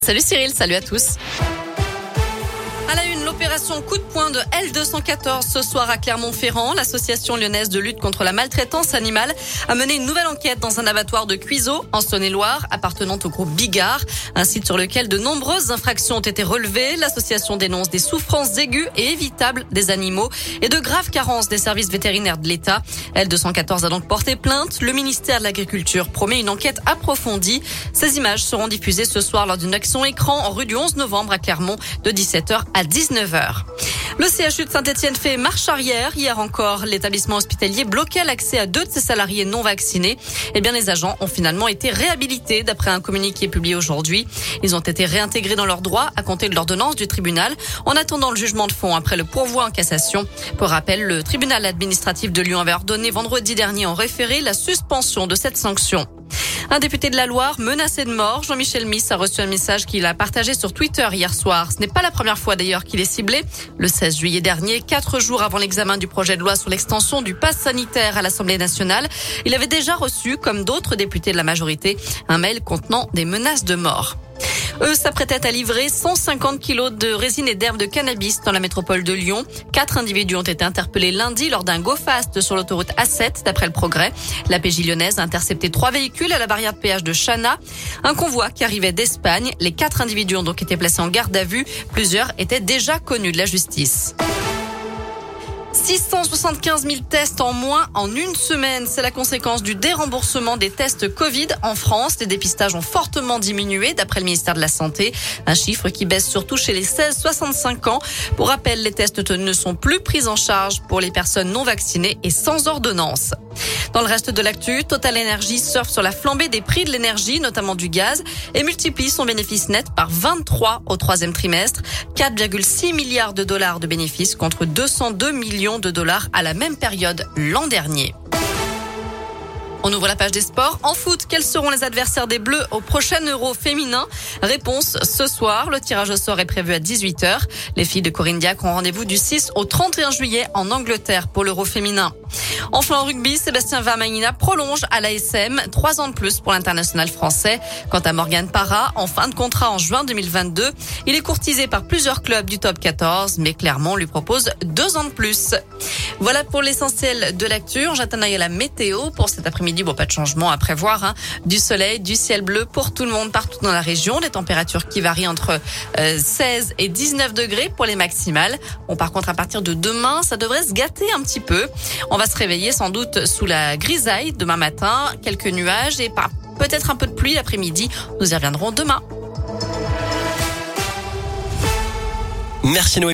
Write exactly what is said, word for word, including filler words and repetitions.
Salut Cyril, salut à tous. À la une, l'opération coup de poing de L deux cent quatorze ce soir à Clermont-Ferrand. L'association lyonnaise de lutte contre la maltraitance animale a mené une nouvelle enquête dans un abattoir de Cuiseaux, en Saône-et-Loire, appartenant au groupe Bigard, un site sur lequel de nombreuses infractions ont été relevées. L'association dénonce des souffrances aiguës et évitables des animaux et de graves carences des services vétérinaires de l'État. L deux cent quatorze a donc porté plainte. Le ministère de l'Agriculture promet une enquête approfondie. Ces images seront diffusées ce soir lors d'une action écran en rue du onze novembre à Clermont de dix-sept heures à dix-neuf heures. Le C H U de Saint-Etienne fait marche arrière. Hier encore, l'établissement hospitalier bloquait l'accès à deux de ses salariés non vaccinés. Eh bien, les agents ont finalement été réhabilités d'après un communiqué publié aujourd'hui. Ils ont été réintégrés dans leurs droits à compter de l'ordonnance du tribunal en attendant le jugement de fond après le pourvoi en cassation. Pour rappel, le tribunal administratif de Lyon avait ordonné vendredi dernier en référé la suspension de cette sanction. Un député de la Loire menacé de mort, Jean-Michel Miss a reçu un message qu'il a partagé sur Twitter hier soir. Ce n'est pas la première fois d'ailleurs qu'il est ciblé. Le seize juillet dernier, quatre jours avant l'examen du projet de loi sur l'extension du pass sanitaire à l'Assemblée nationale, il avait déjà reçu, comme d'autres députés de la majorité, un mail contenant des menaces de mort. Eux s'apprêtaient à livrer cent cinquante kilos de résine et d'herbe de cannabis dans la métropole de Lyon. Quatre individus ont été interpellés lundi lors d'un go-fast sur l'autoroute A sept, d'après le Progrès. La P J lyonnaise a intercepté trois véhicules à la barrière de péage de Chana. Un convoi qui arrivait d'Espagne. Les quatre individus ont donc été placés en garde à vue. Plusieurs étaient déjà connus de la justice. six cent soixante-quinze mille tests en moins en une semaine. C'est la conséquence du déremboursement des tests Covid en France. Les dépistages ont fortement diminué d'après le ministère de la Santé. Un chiffre qui baisse surtout chez les seize soixante-cinq ans. Pour rappel, les tests ne sont plus pris en charge pour les personnes non vaccinées et sans ordonnance. Dans le reste de l'actu, Total Energy surfe sur la flambée des prix de l'énergie, notamment du gaz, et multiplie son bénéfice net par vingt-trois au troisième trimestre. quatre virgule six milliards de dollars de bénéfices contre deux cent deux millions de dollars à la même période l'an dernier. On ouvre la page des sports. En foot, quels seront les adversaires des Bleus au prochain Euro féminin? Réponse ce soir. Le tirage au sort est prévu à dix-huit heures. Les filles de Corinne Diacre ont rendez-vous du six au trente et un juillet en Angleterre pour l'Euro féminin. Enfin en rugby, Sébastien Vermagnina prolonge à l'A S M trois ans de plus pour l'international français. Quant à Morgan Parra, en fin de contrat en juin deux mille vingt-deux, il est courtisé par plusieurs clubs du top quatorze, mais Clermont lui propose deux ans de plus. Voilà pour l'essentiel de l'actu. On jette un œil à la météo pour cet après-midi. Bon, pas de changement à prévoir, hein. Du soleil, du ciel bleu pour tout le monde partout dans la région. Des températures qui varient entre euh, seize et dix-neuf degrés pour les maximales. Bon, par contre, à partir de demain, ça devrait se gâter un petit peu. On va se réveiller sans doute sous la grisaille demain matin. Quelques nuages et pas, peut-être un peu de pluie l'après-midi. Nous y reviendrons demain. Merci Noé.